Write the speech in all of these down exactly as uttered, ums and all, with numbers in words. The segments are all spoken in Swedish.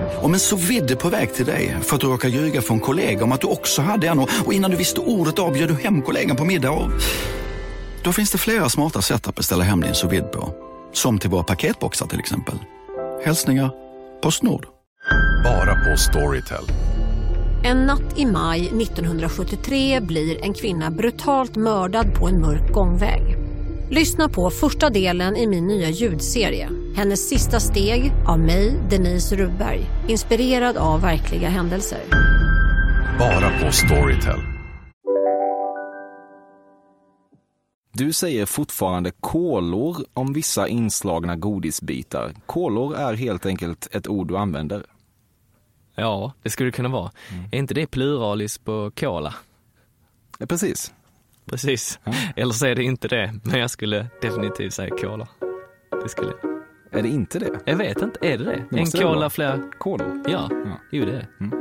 Om en sous vide på väg till dig för att du råkar ljuga för en kollega om att du också hade en, och innan du visste ordet av bjöd du hem kollegan på middag. Och då finns det flera smarta sätt att beställa hem din sous vide på. Som till våra paketboxar till exempel. Hälsningar PostNord. Bara på Storytel. En natt i maj nittonhundrasjuttiotre blir en kvinna brutalt mördad på en mörk gångväg. Lyssna på första delen i min nya ljudserie. Hennes sista steg av mig, Denise Rubberg. Inspirerad av verkliga händelser. Bara på Storytel. Du säger fortfarande kolor om vissa inslagna godisbitar. Kolor är helt enkelt ett ord du använder. Ja, det skulle det kunna vara. Mm. Är inte det pluralis på cola? Ja, precis. Precis. Ja. Eller så är det inte det, men jag skulle definitivt säga cola. Det skulle jag. Är det inte det? Jag vet inte, är det det? det en cola, flera kolor? Ja, ja. Jo det är det. Mm.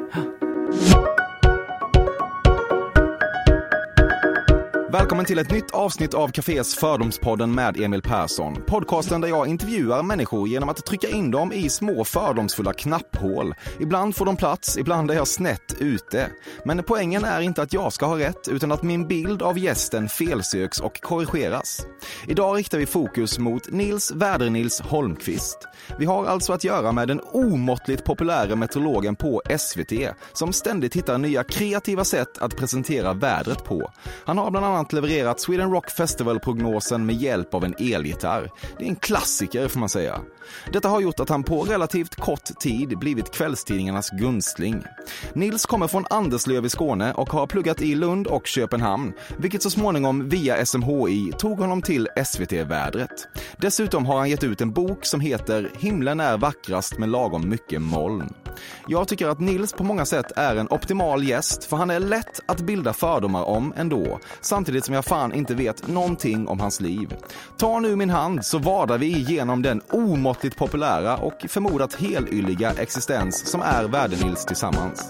Välkommen till ett nytt avsnitt av Cafés Fördomspodden med Emil Persson. Podcasten där jag intervjuar människor genom att trycka in dem i små fördomsfulla knapphål. Ibland får de plats, ibland är jag snett ute. Men poängen är inte att jag ska ha rätt, utan att min bild av gästen felsöks och korrigeras. Idag riktar vi fokus mot Nils Väder-Nils Holmqvist. Vi har alltså att göra med den omåttligt populära meteorologen på S V T som ständigt hittar nya kreativa sätt att presentera vädret på. Han har bland annat levererat Sweden Rock Festival-prognosen med hjälp av en elgitarr. Det är en klassiker får man säga. Detta har gjort att han på relativt kort tid blivit kvällstidningarnas gunstling. Nils kommer från Anderslöv i Skåne och har pluggat i Lund och Köpenhamn, vilket så småningom via S M H I tog honom till S V T-vädret. Dessutom har han gett ut en bok som heter Himlen är vackrast med lagom mycket moln. Jag tycker att Nils på många sätt är en optimal gäst, för han är lätt att bilda fördomar om ändå, samtidigt som jag fan inte vet någonting om hans liv. Ta nu min hand så vadar vi igenom den omåttligt populära och förmodat helyliga existens som är Väder-Nils tillsammans.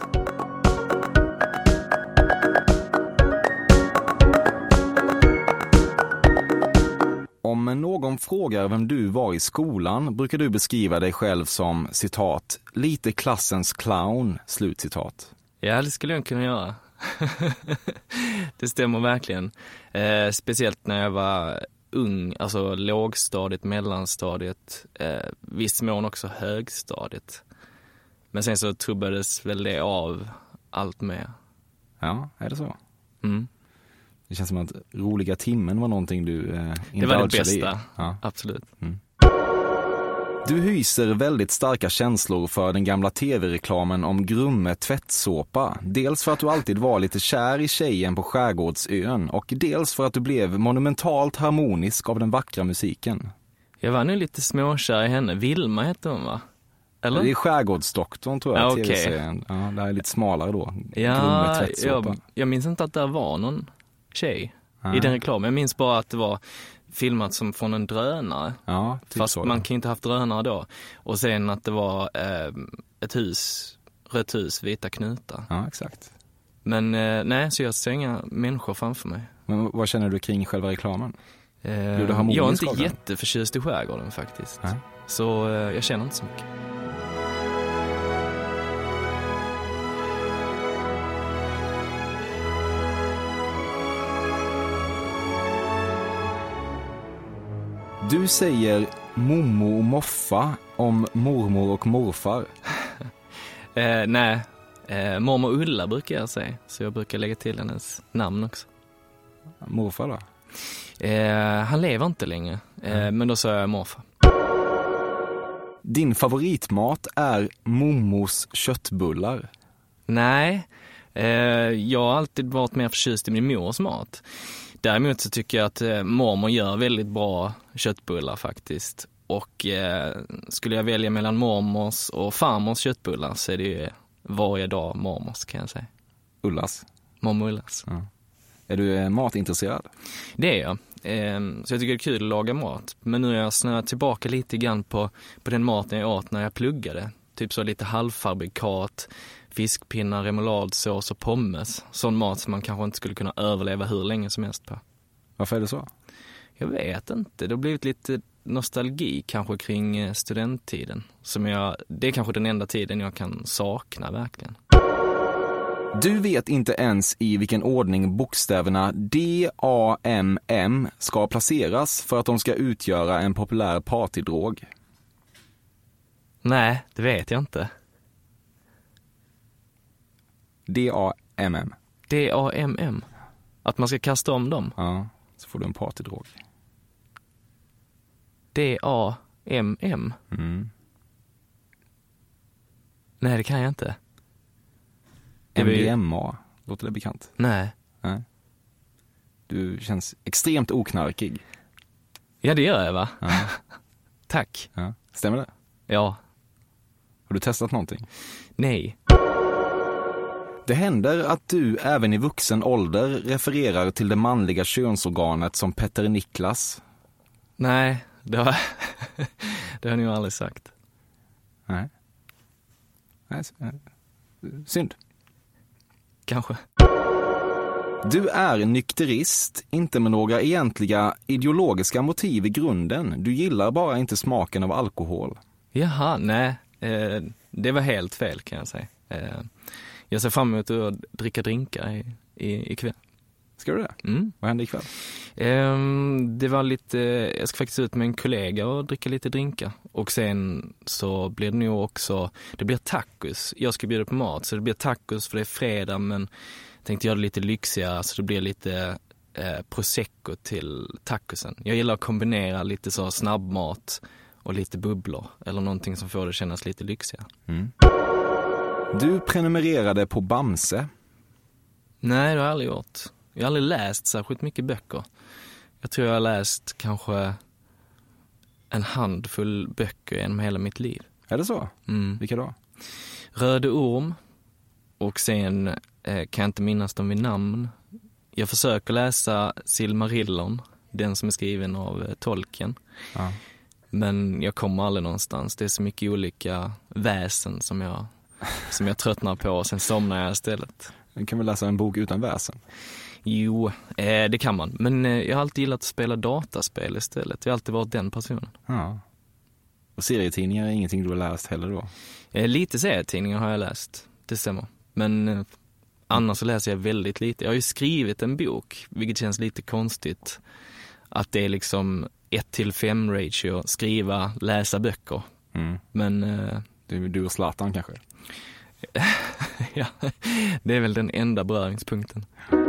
Om någon frågar vem du var i skolan brukar du beskriva dig själv som, citat, lite klassens clown, slutcitat. Ja, det skulle jag kunna göra. Det stämmer verkligen. Eh, speciellt när jag var ung, alltså lågstadiet, mellanstadiet, eh, viss mån också högstadiet. Men sen så trubbades väl det av allt mer. Ja, är det så? Mm. Det känns som att roliga timmen var någonting du eh, inte det var det bästa, i. Ja. Absolut. Mm. Du hyser väldigt starka känslor för den gamla tv-reklamen om Grumme tvättsåpa. Dels för att du alltid var lite kär i tjejen på Skärgårdsön och dels för att du blev monumentalt harmonisk av den vackra musiken. Jag var nu lite småkär i henne. Vilma hette hon, va? Eller? Det är Skärgårdsdoktorn tror jag. Ja, okej. tv-serien. Ja, det är lite smalare då. Ja, jag, jag minns inte att det var någon tjej ah. i den reklamen. Jag minns bara att det var filmat som från en drönare. Ja, typ fast så, man ja. kan inte haft drönare då. Och sen att det var eh, ett hus, rött hus, vita knutar. Ja, exakt. Men eh, nej, så jag ser inga människor framför mig. Men vad känner du kring själva reklamen? Eh, jag är inte av jätteförtjust i skärgården faktiskt. Nej. Så eh, jag känner inte så mycket. Du säger mommo och moffa om mormor och morfar. eh, nej, eh, mormor Ulla brukar jag säga. Så jag brukar lägga till hennes namn också. Morfar då? Eh, han lever inte längre, eh, mm. men då sa jag morfar. Din favoritmat är mommos köttbullar. Nej, eh, jag har alltid varit mer förtjust i min mors mat. Däremot så tycker jag att eh, mormor gör väldigt bra köttbullar faktiskt. Och eh, skulle jag välja mellan mormors och farmors köttbullar så är det ju varje dag mormors kan jag säga. Ullas? Mormor Ullas. Ja. Är du eh, matintresserad? Det är jag. Eh, så jag tycker det är kul att laga mat. Men nu är jag snöat tillbaka lite grann på, på den maten jag åt när jag pluggade. Typ så lite halvfabrikat, fiskpinnar, remouladsås och pommes. Sån mat som man kanske inte skulle kunna överleva hur länge som helst på. Varför är det så? Jag vet inte. Det har blivit lite nostalgi kanske kring studenttiden. Som jag, det är kanske den enda tiden jag kan sakna verkligen. Du vet inte ens i vilken ordning bokstäverna D A M M ska placeras för att de ska utgöra en populär partydrog. Nej, det vet jag inte. D A M M. D A M M. Att man ska kasta om dem. Ja, så får du en partydrog. D A M M. Mm. Nej, det kan jag inte. M D M A. Låter det bekant? Nej. Nej. Du känns extremt oknarkig. Ja, det gör jag, va? Ja. Tack. Ja. Stämmer det? Ja. Har du testat någonting? Nej. Det händer att du även i vuxen ålder refererar till det manliga könsorganet som Petter Niklas. Nej, det har, det har ni ju aldrig sagt. Nej. Nej. Synd. Kanske. Du är nykterist, inte med några egentliga ideologiska motiv i grunden. Du gillar bara inte smaken av alkohol. Jaha, nej. Eh, det var helt fel, kan jag säga. Eh, jag ser fram emot att dricka drinkar i, i, ikväll. Ska du det? Mm. Vad hände ikväll? Eh, det var lite... Jag ska faktiskt ut med en kollega och dricka lite drinkar. Och sen så blir det nog också... Det blir tacos. Jag ska bjuda på mat, så det blir tacos för det är fredag, men tänkte göra det lite lyxigare, så det blir lite eh, prosecco till tacosen. Jag gillar att kombinera lite så snabbmat och lite bubblor, eller någonting som får det kännas lite lyxigare. Mm. Du prenumererade på Bamse. Nej, det har jag aldrig gjort. Jag har aldrig läst särskilt mycket böcker. Jag tror jag har läst kanske en handfull böcker genom hela mitt liv. Är det så? Mm. Vilka då? Röde orm. Och sen eh, kan jag inte minnas dem vid namn. Jag försöker läsa Silmarillion, den som är skriven av eh, Tolkien. Ja. Men jag kommer aldrig någonstans. Det är så mycket olika väsen som jag, som jag tröttnar på, och sen somnar jag istället. Du kan väl läsa en bok utan väsen? Jo, eh, det kan man. Men eh, jag har alltid gillat att spela dataspel istället. Jag har alltid varit den personen. Ja. Och serietidningar är ingenting du har läst heller då? Eh, lite serietidningar har jag läst, det stämmer. Men eh, annars så läser jag väldigt lite. Jag har ju skrivit en bok, vilket känns lite konstigt. Att det är liksom ett till fem ratio, skriva, läsa böcker. Mm. Men... Eh, du, du och Zlatan kanske? ja, det är väl den enda beröringspunkten.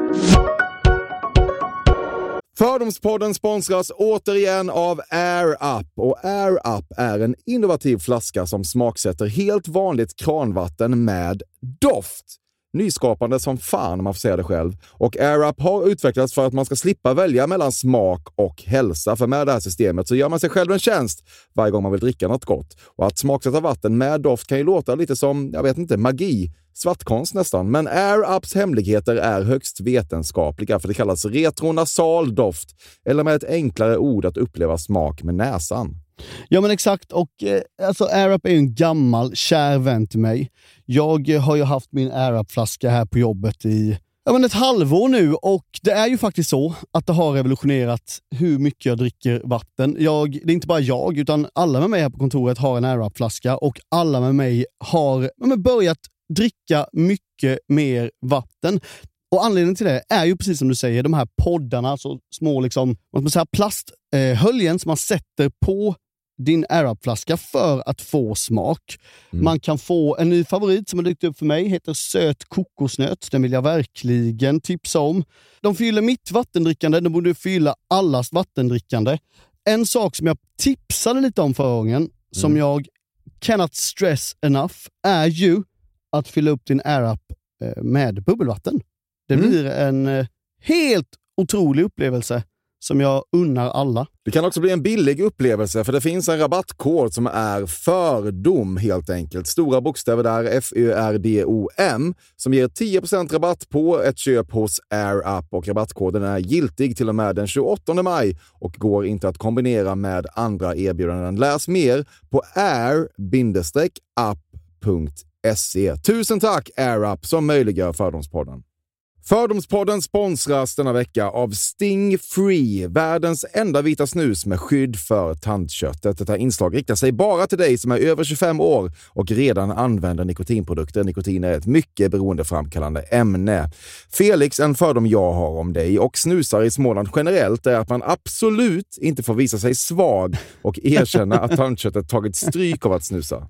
Fördomspodden sponsras återigen av Air Up. Och Air Up är en innovativ flaska som smaksätter helt vanligt kranvatten med doft. Nyskapande som fan om man får säga det själv. Och Air Up har utvecklats för att man ska slippa välja mellan smak och hälsa. För med det här systemet så gör man sig själv en tjänst varje gång man vill dricka något gott. Och att smaksätta vatten med doft kan ju låta lite som, jag vet inte, magi. Svartkonst nästan. Men Air Ups hemligheter är högst vetenskapliga, för det kallas retronasal doft. Eller med ett enklare ord att uppleva smak med näsan. Ja men exakt, och eh, alltså Air Up är ju en gammal kär vän till mig. Jag eh, har ju haft min Air Up-flaska här på jobbet i ja, men ett halvår nu, och det är ju faktiskt så att det har revolutionerat hur mycket jag dricker vatten. Jag, det är inte bara jag, utan alla med mig här på kontoret har en Air Up-flaska, och alla med mig har ja, men börjat dricka mycket mer vatten. Och anledningen till det är ju precis som du säger, de här poddarna, alltså små liksom, vad man säger, plasthöljen som man sätter på din Air Up-flaska för att få smak. Mm. Man kan få en ny favorit som har dykt upp för mig, heter söt kokosnöt. Den vill jag verkligen tipsa om. De fyller mitt vattendrickande, de borde fylla allas vattendrickande. En sak som jag tipsade lite om förra gången, mm. som jag cannot stress enough, är ju att fylla upp din Air Up med bubbelvatten. Det mm. blir en helt otrolig upplevelse som jag unnar alla. Det kan också bli en billig upplevelse, för det finns en rabattkod som är fördom helt enkelt. Stora bokstäver där, F Ö R D O M, som ger tio procent rabatt på ett köp hos Air Up, och rabattkoden är giltig till och med den tjugoåttonde maj och går inte att kombinera med andra erbjudanden. Läs mer på air up punkt se. Tusen tack Air Up som möjliggör Fördomspodden. Fördomspodden sponsras denna vecka av Sting Free, världens enda vita snus med skydd för tandköttet. Detta inslag riktar sig bara till dig som är över tjugofem år och redan använder nikotinprodukter. Nikotin är ett mycket beroendeframkallande ämne. Felix, en fördom jag har om dig och snusar i Småland generellt är att man absolut inte får visa sig svag och erkänna att tandköttet tagit stryk av att snusa.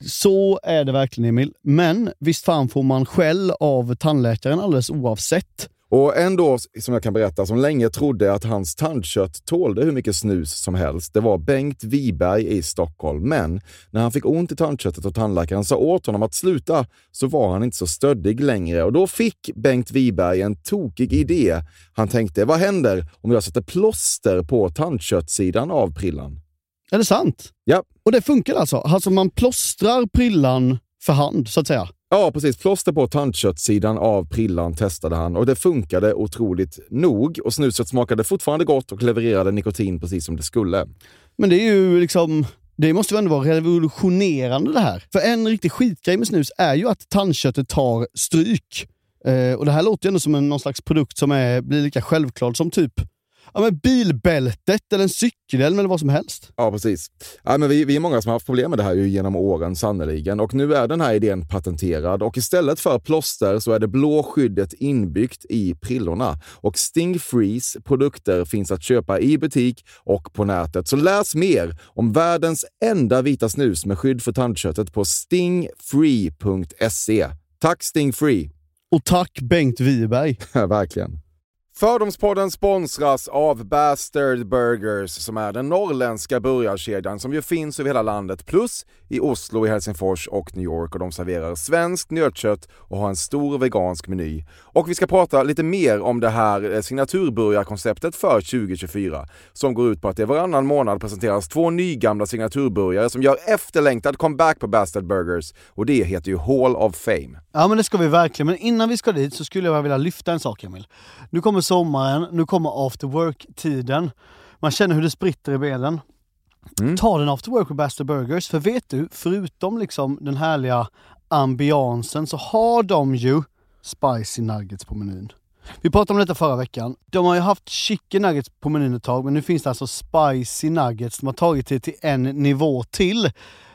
Så är det verkligen, Emil. Men visst fan får man skäll av tandläkaren alldeles oavsett. Och ändå, som jag kan berätta, som länge trodde att hans tandkött tålde hur mycket snus som helst. Det var Bengt Wiberg i Stockholm. Men när han fick ont i tandköttet och tandläkaren sa åt honom att sluta så var han inte så stöddig längre. Och då fick Bengt Wiberg en tokig idé. Han tänkte, vad händer om jag sätter plåster på tandköttsidan av prillan? Är det sant? Ja. Och det funkar alltså? Alltså man plåstrar prillan för hand, så att säga? Ja, precis. Plåster på tandköttsidan av prillan testade han och det funkade otroligt nog. Och snuset smakade fortfarande gott och levererade nikotin precis som det skulle. Men det är ju liksom... Det måste ju ändå vara revolutionerande det här. För en riktig skitgrej med snus är ju att tandköttet tar stryk. Eh, och det här låter ju ändå som en, någon slags produkt som är, blir lika självklart som typ ja, men bilbältet eller en cykelhjälm eller vad som helst. Ja, precis. Ja, men vi, vi är många som har haft problem med det här ju genom åren sannoliken. Och nu är den här idén patenterad. Och istället för plåster så är det blå skyddet inbyggt i prillorna. Och Sting Frees produkter finns att köpa i butik och på nätet. Så läs mer om världens enda vita snus med skydd för tandköttet på sting free punkt se. Tack Sting Free! Och tack Bengt Wiberg! Ja, verkligen. Fördomspodden sponsras av Bastard Burgers som är den norrländska burgarkedjan som ju finns över hela landet plus i Oslo, i Helsingfors och New York och de serverar svenskt nötkött och har en stor vegansk meny. Och vi ska prata lite mer om det här signaturburgarkonceptet för tjugo tjugofyra som går ut på att det varannan månad presenteras två nygamla signaturburgare som gör efterlängtad comeback på Bastard Burgers och det heter ju Hall of Fame. Ja men det ska vi verkligen, men innan vi ska dit så skulle jag vilja lyfta en sak Emil. Nu kommer sommaren, nu kommer after work-tiden. Man känner hur det spritter i benen. Mm. Ta den after work på Bastard Burgers. För vet du, förutom liksom den härliga ambiansen så har de ju spicy nuggets på menyn. Vi pratade om detta förra veckan. De har ju haft chicken nuggets på menyn ett tag, men nu finns det alltså spicy nuggets. De har tagit det till en nivå till.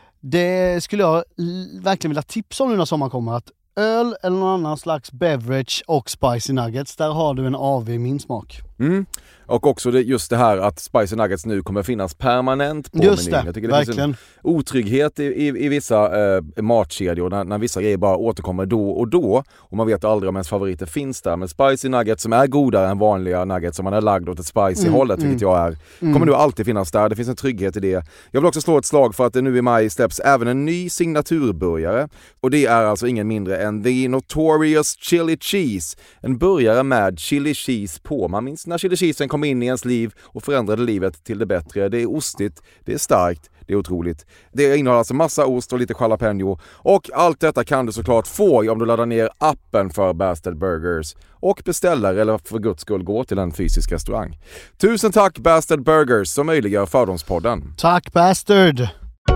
Det skulle jag verkligen vilja tipsa om nu när sommaren kommer, att öl eller någon annan slags beverage och spicy nuggets, där har du en A V i min smak. Mm. Och också det, just det här att spicy nuggets nu kommer finnas permanent på just menyn. Det, jag tycker det verkligen. finns en otrygghet i, i, i vissa eh, matkedjor när, när vissa grejer bara återkommer då och då och man vet aldrig om ens favoriter finns där. Men spicy nuggets som är godare än vanliga nuggets som man är lagd åt ett spicy mm, hållet, vilket mm. jag är, kommer mm. nu alltid finnas där. Det finns en trygghet i det. Jag vill också slå ett slag för att det nu i maj släpps även en ny signaturburgare och det är alltså ingen mindre än The Notorious Chili Cheese. En burgare med chili cheese på. Man minns när chili cheesen kom in i ens liv och förändrade livet till det bättre. Det är ostigt, det är starkt, det är otroligt. Det innehåller alltså massa ost och lite jalapeno. Och allt detta kan du såklart få om du laddar ner appen för Bastard Burgers och beställer eller för guds skull gå till en fysisk restaurang. Tusen tack Bastard Burgers som möjliggör Fördomspodden. Tack Bastard!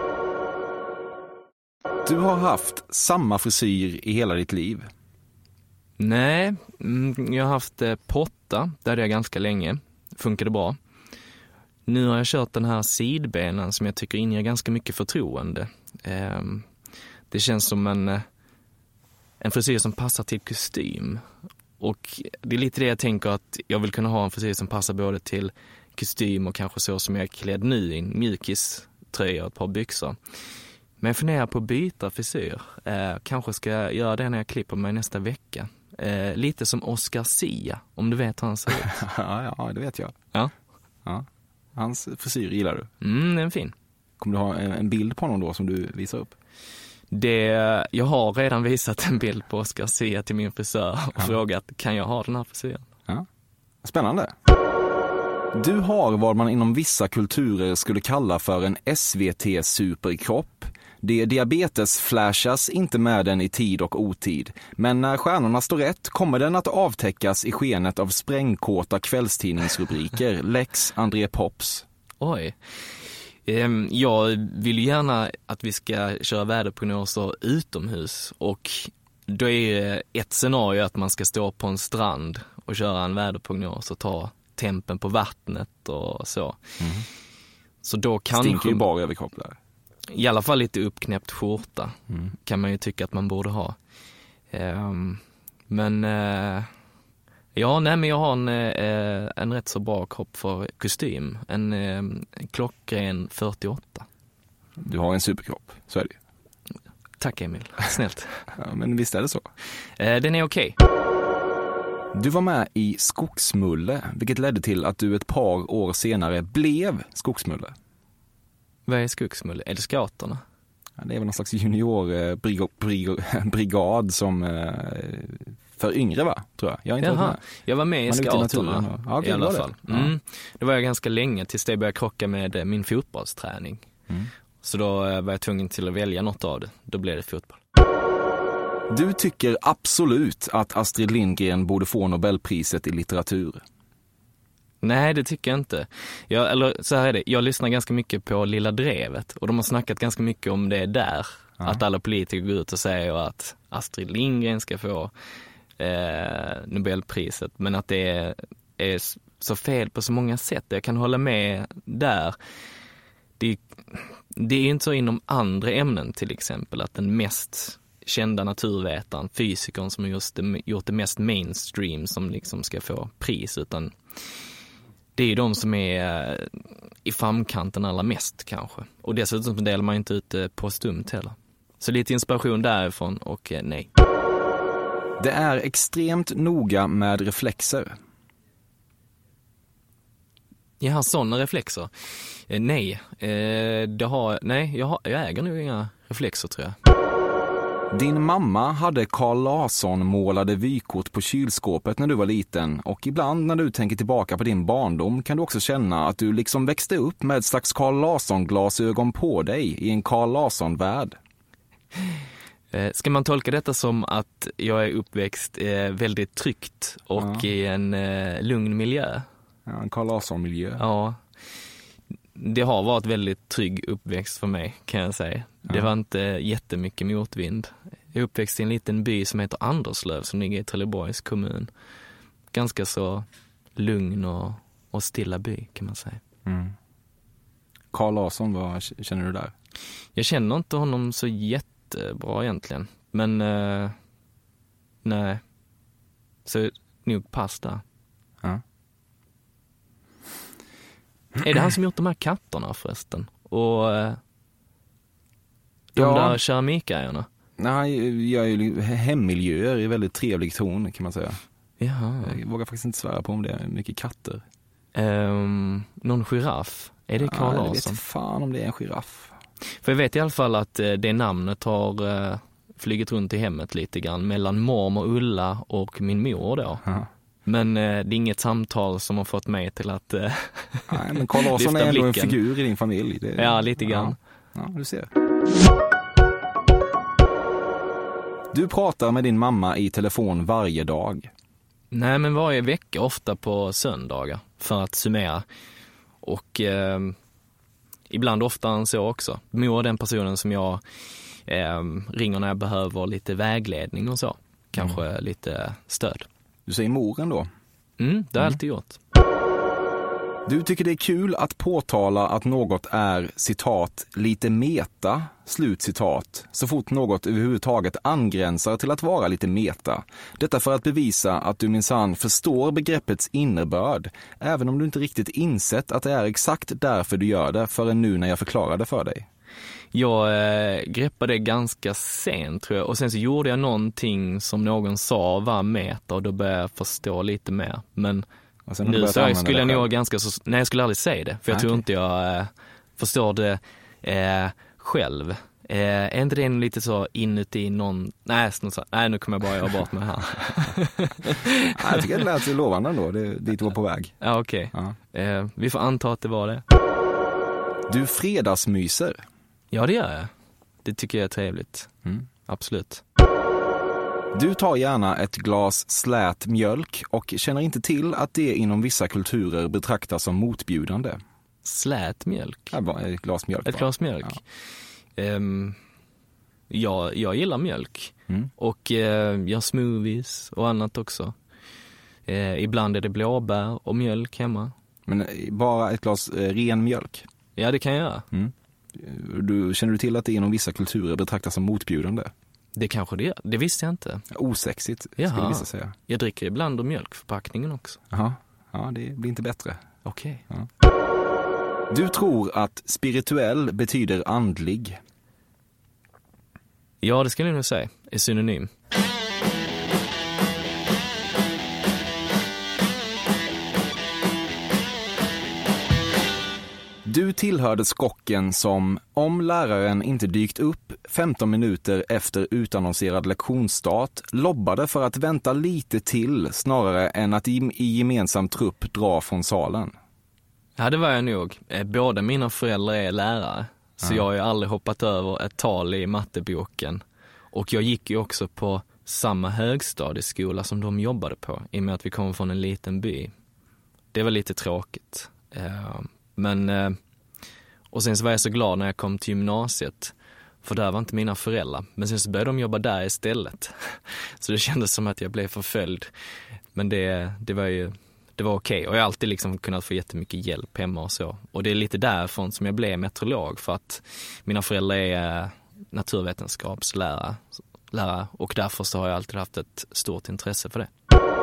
Du har haft samma frisyr i hela ditt liv? Nej, jag har haft potta, där det är ganska länge. Funkade bra. Nu har jag kört den här sidbenen som jag tycker inger ganska mycket förtroende. Det känns som en, en frisyr som passar till kostym. Och det är lite det jag tänker, att jag vill kunna ha en frisyr som passar både till kostym och kanske så som jag är klädd nu i en mjukis tröja och ett par byxor. Men jag funderar på att byta frisyr. Eh, kanske ska jag göra det när jag klipper mig nästa vecka. Eh, lite som Oscar Sia, om du vet hur han ser ut. ja, ja, det vet jag. Ja. Ja. Hans frisyr gillar du? Mm, den är fin. Kommer du ha en, en bild på honom då som du visar upp? Det, jag har redan visat en bild på Oscar Sia till min frisör och ja. frågat, kan jag ha den här frisyren? Ja. Spännande. Du har vad man inom vissa kulturer skulle kalla för en S V T-superkropp. Det diabetes flashas inte med den i tid och otid. Men när stjärnorna står rätt kommer den att avtäckas i skenet av sprängkåta kvällstidningsrubriker. Lex André Pops. Oj. Jag vill gärna att vi ska köra väderprognoser utomhus. Och då är ett scenario att man ska stå på en strand och köra en väderprognos och ta tempen på vattnet och så. Mm. Så då kanske... Stinker ju bara överkropp där. I alla fall lite uppknäppt skjorta mm. kan man ju tycka att man borde ha. Um, men uh, ja, nej men jag har en, uh, en rätt så bra kropp för kostym. En uh, klockren fyrtioåtta. Du har en superkropp, så är det. Tack Emil, snällt. Ja, men visst är det så. Uh, den är okej. Du var med i Skogsmulle, vilket ledde till att du ett par år senare blev Skogsmulle. Vad är Skogsmulle? Är det scouterna? Ja, det är väl någon slags juniorbrigad som eh, för yngre, va? Tror jag. Jag, är inte Jaha, med. jag var med i scouterna ja, okay, i alla det fall. Det. Mm. Ja. Det var jag ganska länge tills det började krocka med min fotbollsträning. Mm. Så då var jag tvungen till att välja något av det. Då blev det fotboll. Du tycker absolut att Astrid Lindgren borde få Nobelpriset i litteratur? Nej, det tycker jag inte. Jag, eller så här är det, jag lyssnar ganska mycket på Lilla Drevet och de har snackat ganska mycket om det där. Ja. Att alla politiker går ut och säger att Astrid Lindgren ska få eh, Nobelpriset, men att det är, är så fel på så många sätt. Jag kan hålla med där. Det, det är inte så inom andra ämnen till exempel att den mest kända naturvetaren, fysikern som just det, gjort det mest mainstream som liksom ska få pris, utan det är ju de som är i framkanten allra mest kanske. Och dessutom delar man inte ut på stumt heller. Så lite inspiration därifrån och nej. Det är extremt noga med reflexer. Jag har sådana reflexer. Eh, nej, eh, det har, nej jag, har, jag äger nog inga reflexer tror jag. Din mamma hade Carl Larsson målade vykort på kylskåpet när du var liten, och ibland när du tänker tillbaka på din barndom kan du också känna att du liksom växte upp med ett slags Carl Larsson-glasögon på dig i en Carl Larsson-värld. Eh, ska man tolka detta som att jag är uppväxt eh, väldigt tryggt och ja. i en eh, lugn miljö? Ja, en Carl Larsson-miljö. Ja, det har varit väldigt trygg uppväxt för mig kan jag säga. Ja. Det var inte jättemycket motvind. Jag är uppväxt i en liten by som heter Anderslöv som ligger i Trelleborgs kommun. Ganska så lugn och, och stilla by kan man säga. Mm. Carl Larsson, vad känner du där? Jag känner inte honom så jättebra egentligen. Men eh, nej. Så nog pass där. Ja. Är det han som gjort de här katterna förresten? Och eh, de ja. där keramikgrejerna? Nej, jag är ju hemmiljöer i väldigt trevlig ton kan man säga. Jaha. Jag vågar faktiskt inte svära på om det är mycket katter. Um, någon giraff? Är det Carl Larsson? Jag vet fan om det är en giraff. För jag vet i alla fall att det namnet har uh, flugit runt i hemmet lite grann mellan mormor Ulla och min mor då. Aha. Men eh, det är inget samtal som har fått mig till att eh, nej, men Carl Larsson är ändå en figur i din familj. Det, ja, lite grann. Ja, ja, du ser. Du pratar med din mamma i telefon varje dag. Nej, men varje vecka, ofta på söndagar för att summera. Och eh, ibland oftare än så också. Mor är den personen som jag eh, ringer när jag behöver lite vägledning och så. Kanske mm. lite stöd. Du säger moren då? Mm, det har jag mm. alltid gjort. Du tycker det är kul att påtala att något är, citat, lite meta, slutcitat, så fort något överhuvudtaget angränsar till att vara lite meta. Detta för att bevisa att du minsann förstår begreppets innebörd, även om du inte riktigt insett att det är exakt därför du gör det förrän nu när jag förklarar det för dig. Jag eh, greppade ganska sent tror jag, och sen så gjorde jag någonting som någon sa var meta och då började jag förstå lite mer. Men nu så jag skulle jag nog ganska så, nej jag skulle aldrig säga det, för jag okay. tror inte jag eh, förstår det eh, själv. Eh, är inte det lite så inuti någon, nej, så, nej nu kommer jag bara göra bort mig här. Nej, jag tycker det lät så lovande ändå, det är dit du var på väg. Ja okej, okay. ja. eh, vi får anta att det var det. Du fredagsmyser. Ja, det gör jag. Det tycker jag är trevligt. Mm. Absolut. Du tar gärna ett glas slät mjölk och känner inte till att det inom vissa kulturer betraktas som motbjudande. Slät mjölk? Ja, bara ett glas mjölk. Ett bara. glas mjölk? Ja. Um, jag, jag gillar mjölk. Mm. Och eh, gör smoothies och annat också. Eh, ibland är det blåbär och mjölk hemma. Men bara ett glas eh, ren mjölk? Ja, det kan jag göra. Mm. Du, känner du till att det inom vissa kulturer betraktas som motbjudande? Det kanske det är. Det visste jag inte. Osexigt, Jaha. skulle vissa säga. Jag dricker ibland och mjölkförpackningen också. Jaha. Ja, det blir inte bättre. Okej. Okay. Ja. Du tror att spirituell betyder andlig? Ja, det skulle jag nog säga. Är synonym. Du tillhörde skocken som, om läraren inte dykt upp femton minuter efter utannonserad lektionsstart, lobbade för att vänta lite till snarare än att i, i gemensam trupp dra från salen. Ja, det var jag nog. Båda mina föräldrar är lärare, så ja. Jag har ju aldrig hoppat över ett tal i matteboken. Och jag gick ju också på samma högstadieskola som de jobbade på, i och med att vi kom från en liten by. Det var lite tråkigt. Men, och sen så var jag så glad när jag kom till gymnasiet, för där var inte mina föräldrar. Men sen så började de jobba där istället. Så det kändes som att jag blev förföljd. Men det, det var ju det var okej. Och jag har alltid liksom kunnat få jättemycket hjälp hemma och så. Och det är lite därifrån som jag blev meteorolog, för att mina föräldrar är naturvetenskapslärare. Lärare, och därför så har jag alltid haft ett stort intresse för det.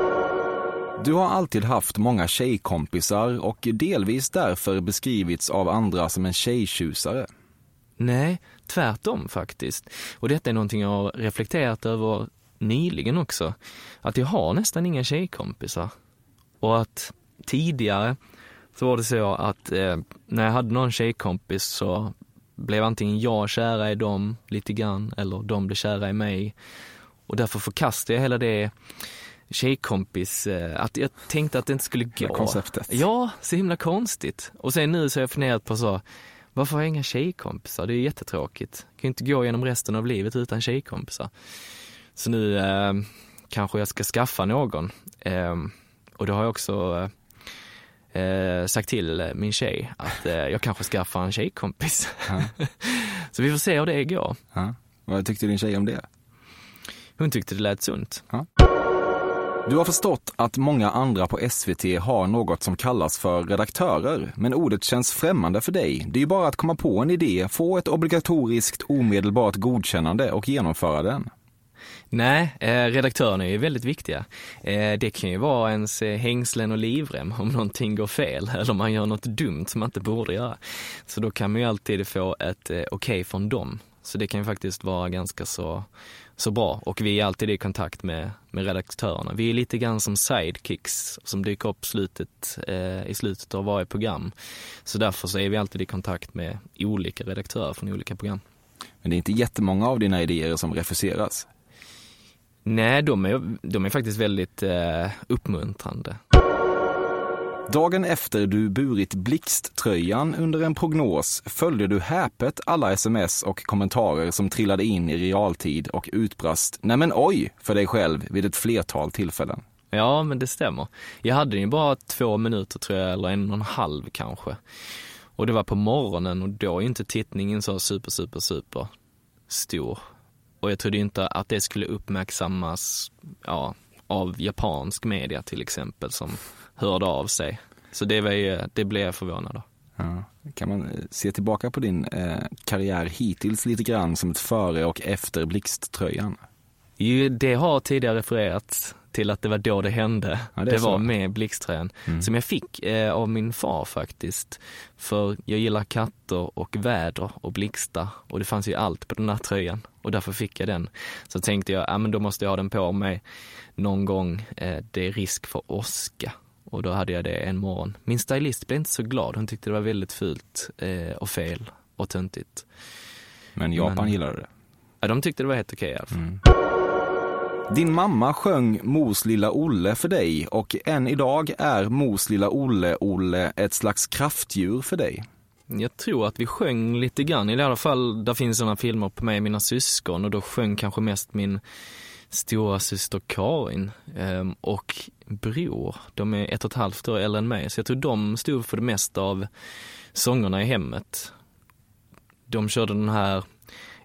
Du har alltid haft många tjejkompisar och delvis därför beskrivits av andra som en tjejtjusare. Nej, tvärtom faktiskt. Och detta är någonting jag har reflekterat över nyligen också. Att jag har nästan inga tjejkompisar. Och att tidigare så var det så att eh, när jag hade någon tjejkompis så blev antingen jag kära i dem lite grann, eller de blev kära i mig. Och därför förkastade jag hela det tjejkompis, att jag tänkte att det inte skulle gå. Konceptet. Ja, så himla konstigt. Och sen nu så har jag funderat på så, varför har jag inga tjejkompisar? Det är jättetråkigt. Jag kan ju inte gå genom resten av livet utan tjejkompisar. Så nu eh, kanske jag ska skaffa någon. Eh, och då har jag också eh, sagt till min tjej att eh, jag kanske skaffar en tjejkompis. Ja. Så vi får se hur det går. Ja. Vad tyckte din tjej om det? Hon tyckte det lät sunt. Ja. Du har förstått att många andra på S V T har något som kallas för redaktörer, men ordet känns främmande för dig. Det är ju bara att komma på en idé, få ett obligatoriskt omedelbart godkännande och genomföra den. Nej, eh, redaktörerna är ju väldigt viktiga. Eh, det kan ju vara ens eh, hängslen och livrem om någonting går fel eller om man gör något dumt som man inte borde göra. Så då kan man ju alltid få ett eh, okej okay från dem. Så det kan ju faktiskt vara ganska så, så bra. Och vi är alltid i kontakt med, med redaktörerna. Vi är lite grann som sidekicks som dyker upp slutet, eh, i slutet av varje program. Så därför så är vi alltid i kontakt med olika redaktörer från olika program. Men det är inte jättemånga av dina idéer som refuseras? Nej, de är, de är faktiskt väldigt eh, uppmuntrande. Dagen efter du burit blixttröjan under en prognos följde du häpet alla sms och kommentarer som trillade in i realtid och utbrast nej men oj för dig själv vid ett flertal tillfällen. Ja, men det stämmer. Jag hade ju bara två minuter tror jag, eller en och en halv kanske. Och det var på morgonen och då är inte tittningen så super, super, super stor. Och jag trodde inte att det skulle uppmärksammas ja, av japansk media till exempel som hörde av sig. Så det, var ju, det blev jag förvånad då. Ja. Kan man se tillbaka på din eh, karriär hittills lite grann som ett före och efter blixttröjan? Jo, det har tidigare refererats till att det var då det hände. Ja, det det var med blixttröjan. Mm. Som jag fick eh, av min far faktiskt. För jag gillar katter och väder och blixtar. Och det fanns ju allt på den här tröjan. Och därför fick jag den. Så tänkte jag, ja men då måste jag ha den på mig någon gång. Eh, det är risk för åska. Och då hade jag det en morgon. Min stylist blev inte så glad. Hon tyckte det var väldigt fult eh, och fel och töntigt. Men Japan men, gillade det? Ja, de tyckte det var helt okej i alla fall. Mm. Din mamma sjöng Mos lilla Olle för dig och än idag är Mos lilla Olle Olle ett slags kraftdjur för dig. Jag tror att vi sjöng lite grann. I alla fall, där finns sådana filmer på mig och mina syskon och då sjöng kanske mest min stora syster Karin um, och bror. De är ett och ett halvt år äldre än mig. Så jag tror de stod för det mesta av sångerna i hemmet. De körde den här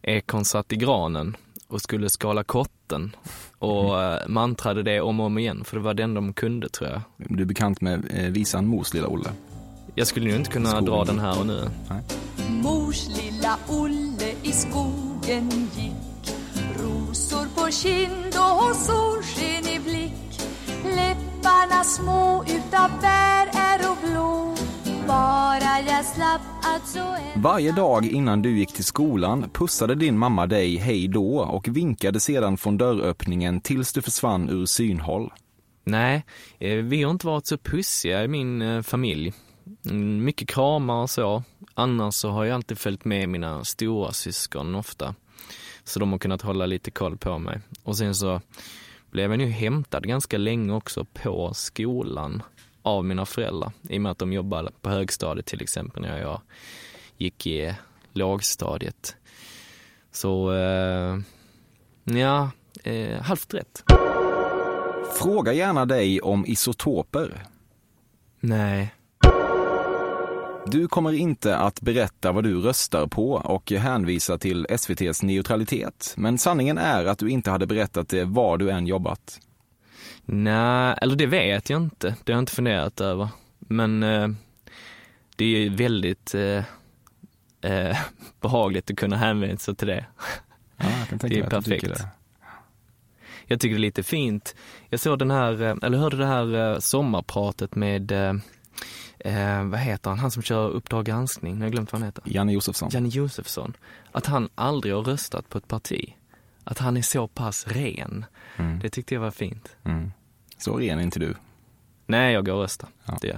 ekon satt i granen och skulle skala kotten och mm. mantrade det om och om igen, för det var den de kunde, tror jag. Du är bekant med eh, visan Mors lilla Olle? Jag skulle ju inte kunna skogen. dra den här och nu. Nej. Mors lilla Olle i skogen gick, rosor på kind och solsken i blick, läpparna små utav bär är och blå, bara jag slapp att så en... Varje dag innan du gick till skolan pussade din mamma dig hej då och vinkade sedan från dörröppningen tills du försvann ur synhåll. Nej, vi har inte varit så pussiga i min familj. Mycket kramar och så. Annars så har jag alltid följt med mina stora syskon ofta. Så de har kunnat hålla lite koll på mig. Och sen så blev jag nu hämtad ganska länge också på skolan av mina föräldrar. I och med att de jobbade på högstadiet till exempel när jag gick i lågstadiet. Så eh, ja, eh, halvt rätt. Fråga gärna dig om isotoper. Nej. Du kommer inte att berätta vad du röstar på och hänvisa till S V T:s neutralitet. Men sanningen är att du inte hade berättat det var du än jobbat. Nej, eller det vet jag inte. Det har jag inte funderat över. Men eh, det är ju väldigt eh, eh, behagligt att kunna hänvisa till det. Ja, jag kan tänka det är perfekt. Det. Jag tycker det är lite fint. Jag såg den här, eller hörde det här sommarpratet med... Eh, vad heter han? Han som kör Uppdrag granskning. Jag har glömt vad han heter. Janne Josefsson. Janne Josefsson. Att han aldrig har röstat på ett parti. Att han är så pass ren. Mm. Det tyckte jag var fint. Mm. Så ren är inte du? Nej, jag går och röstar. Ja. Det är.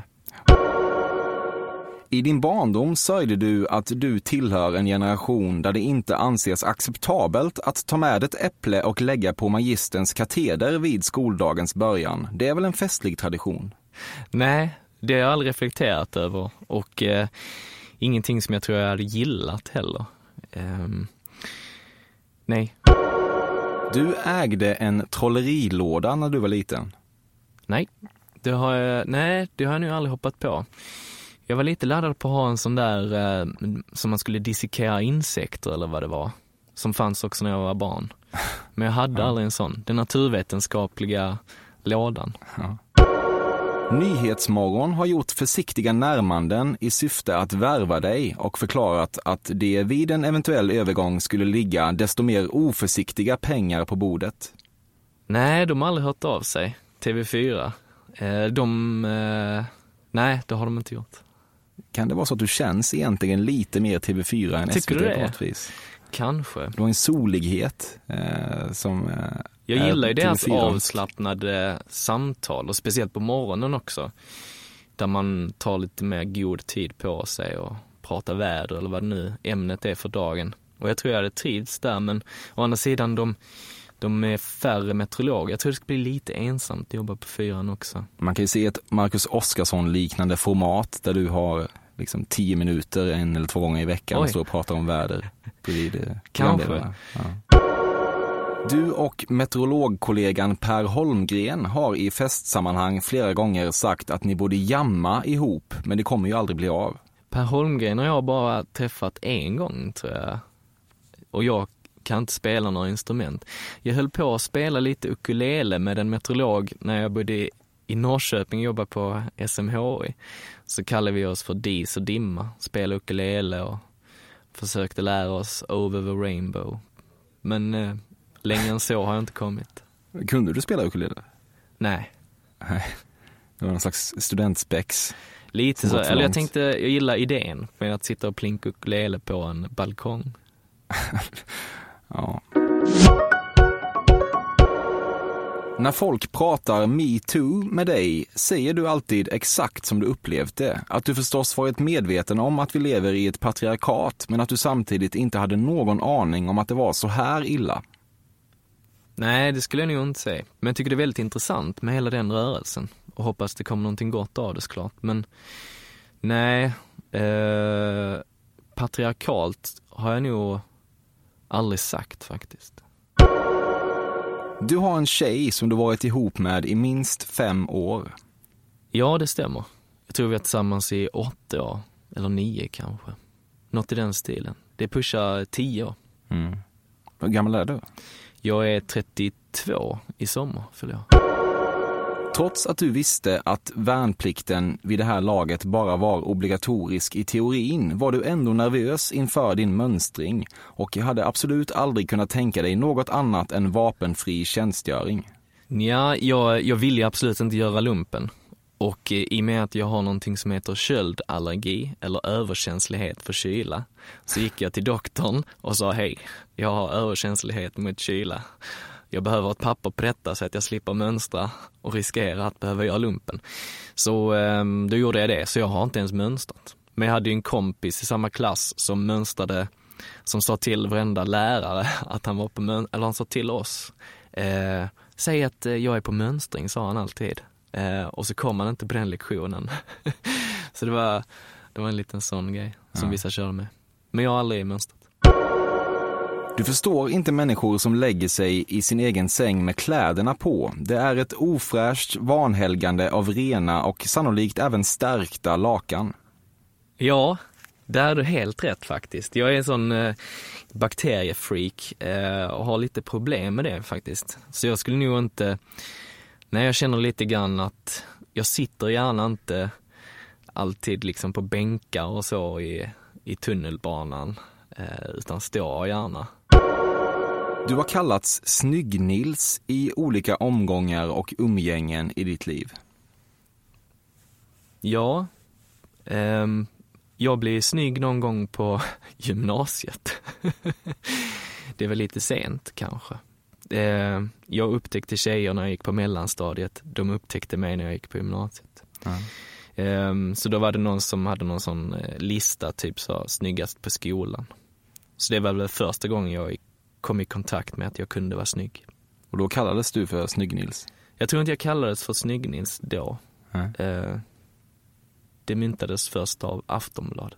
I din barndom sörjde du att du tillhör en generation där det inte anses acceptabelt att ta med ett äpple och lägga på magisterns kateder vid skoldagens början. Det är väl en festlig tradition? Nej, det har jag aldrig reflekterat över. Och eh, ingenting som jag tror jag hade gillat heller. Um, nej. Du ägde en trollerilåda när du var liten? Nej, det har jag, nej, det har jag nu aldrig hoppat på. Jag var lite laddad på att ha en sån där eh, som man skulle dissekera insekter eller vad det var. Som fanns också när jag var barn. Men jag hade ja. aldrig en sån. Den naturvetenskapliga lådan. Ja. Nyhetsmorgon har gjort försiktiga närmanden i syfte att värva dig och förklarat att det vid en eventuell övergång skulle ligga desto mer oförsiktiga pengar på bordet. Nej, de har aldrig hört av sig. T V fyra. Eh, de... Eh, nej, det har de inte gjort. Kan det vara så att du känns egentligen lite mer T V fyra än S V T på något vis? Kanske. Du har en solighet eh, som... Eh, Jag gillar ju deras avslappnade samtal och speciellt på morgonen också. Där man tar lite mer god tid på sig och pratar väder eller vad nu ämnet är för dagen. Och jag tror jag hade trivts där, men å andra sidan de, de är färre meteorologer. Jag tror det ska bli lite ensamt att jobba på fyran också. Man kan ju se ett Marcus Oskarsson-liknande format där du har liksom tio minuter en eller två gånger i veckan och står och pratar om väder. Kanske. Ja. Du och meteorologkollegan Per Holmgren har i festsammanhang flera gånger sagt att ni borde jamma ihop, men det kommer ju aldrig bli av. Per Holmgren har jag bara träffat en gång, tror jag. Och jag kan inte spela några instrument. Jag höll på att spela lite ukulele med en meteorolog när jag bodde i Norrköping och jobbade på S M H I. Så kallade vi oss för Dis och Dimma. Spela ukulele och försökte lära oss Over the Rainbow. Men... Eh, längre än så har jag inte kommit. Kunde du spela ukulele? Nej. Nej. Det var någon slags studentspex. Lite så. Eller jag tänkte, jag gillar idén för att sitta och plinka ukulele på en balkong. Ja. När folk pratar Me Too med dig säger du alltid exakt som du upplevt det. Att du förstås varit medveten om att vi lever i ett patriarkat, men att du samtidigt inte hade någon aning om att det var så här illa. Nej, det skulle jag nog inte säga. Men jag tycker det är väldigt intressant med hela den rörelsen. Och hoppas det kommer någonting gott av det, såklart. Men nej, eh, patriarkalt har jag nog aldrig sagt faktiskt. Du har en tjej som du varit ihop med i minst fem år. Ja, det stämmer. Jag tror vi är tillsammans i åtta år. Eller nio kanske. Något i den stilen. Det pushar tio år. Mm. Hur gammal är du? Jag är trettiotvå i sommar, för jag. Trots att du visste att värnplikten vid det här laget bara var obligatorisk i teorin var du ändå nervös inför din mönstring och hade absolut aldrig kunnat tänka dig något annat än vapenfri tjänstgöring. Ja, jag, jag ville ju absolut inte göra lumpen. Och i och med att jag har någonting som heter köldallergi eller överkänslighet för kyla så gick jag till doktorn och sa hej, jag har överkänslighet mot kyla. Jag behöver ett papper på detta så att jag slipper mönstra och riskera att behöva göra lumpen. Så då gjorde jag det, så jag har inte ens mönstrat. Men jag hade ju en kompis i samma klass som mönstrade, som sa till varenda lärare att han var på mön- eller han sa till oss. Eh, Säg att jag är på mönstring, sa han alltid. Eh, och så kom han inte på den lektionen. Så det var, det var en liten sån grej som ja. vissa körde med. Men jag har aldrig mönstrat. Du förstår inte människor som lägger sig i sin egen säng med kläderna på. Det är ett ofräscht vanhelgande av rena och sannolikt även stärkta lakan. Ja, där är du helt rätt faktiskt. Jag är en sån eh, bakteriefreak eh, och har lite problem med det faktiskt. Så jag skulle nog inte... Nej, jag känner lite grann att jag sitter gärna inte alltid liksom på bänkar och så i, i tunnelbanan, eh, utan står gärna. Du har kallats Snygg-Nils i olika omgångar och umgängen i ditt liv. Ja, eh, jag blir snygg någon gång på gymnasiet. Det är väl lite sent kanske. Eh, jag upptäckte tjejer när jag gick på mellanstadiet. De upptäckte mig när jag gick på gymnasiet. Mm. Eh, så då var det någon som hade någon sån eh, lista, typ så snyggast på skolan. Så det var väl första gången jag kom i kontakt med att jag kunde vara snygg. Och då kallades du för Snygg-Nils? Jag tror inte jag kallades för Snygg-Nils då. Mm. Eh, det myntades först av Aftonbladet.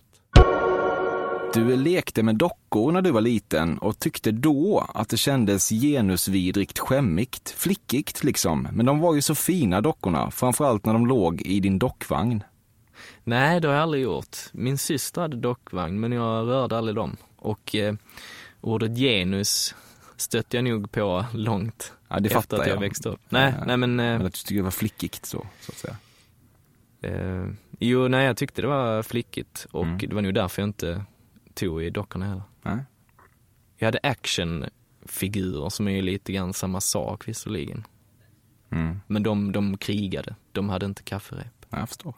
Du lekte med dockor när du var liten och tyckte då att det kändes genusvidrigt skämmigt, flickigt liksom. Men de var ju så fina dockorna, framförallt när de låg i din dockvagn. Nej, det har jag aldrig gjort. Min syster hade dockvagn, men jag rörde aldrig dem. Och eh, ordet genus stötte jag nog på långt ja, det efter att jag, jag växte upp. Nej, ja, nej men... Eh, men att du tyckte det var flickigt så, så att säga. Eh, jo, nej, jag tyckte det var flickigt. Och mm. det var nog därför jag inte tog i dockorna heller. Nej. Jag hade actionfigurer som är ju lite grann samma sak visserligen. Mm. Men de, de krigade. De hade inte kafferep. Jag förstår.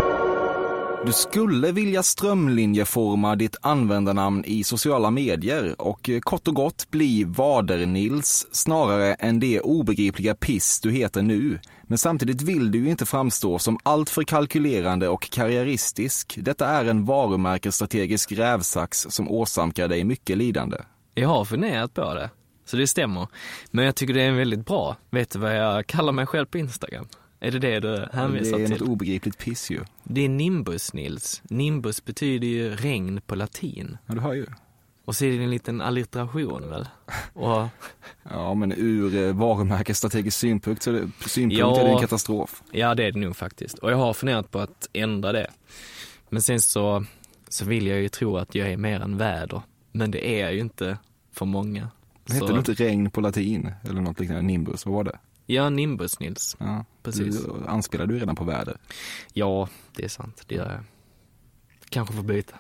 Du skulle vilja strömlinjeforma ditt användarnamn i sociala medier och kort och gott bli Vader-Nils snarare än det obegripliga piss du heter nu. Men samtidigt vill du ju inte framstå som allt för kalkylerande och karriäristisk. Detta är en varumärkesstrategisk rävsax som åsamkar dig mycket lidande. Jag har funderat på det, så det stämmer. Men jag tycker det är väldigt bra. Vet du vad jag kallar mig själv på Instagram? Är det det du hänvisar till? Det är något obegripligt piss ju. Det är Nimbus, Nils. Nimbus betyder ju regn på latin. Ja, du har ju. Och så är det en liten alliteration väl? Och... ja, men ur varumärkesstrategisk synpunkt så är det, synpunkt ja, är det en katastrof. Ja, det är det nog faktiskt. Och jag har funderat på att ändra det. Men sen så, så vill jag ju tro att jag är mer än väder. Men det är jag ju inte för många. Heter så... det inte regn på latin? Eller något liknande? Nimbus, vad var det? Ja, Nimbus, Nils. Ja, precis. Du, anspelar du redan på väder? Ja, det är sant. Det gör jag. Kanske får byta.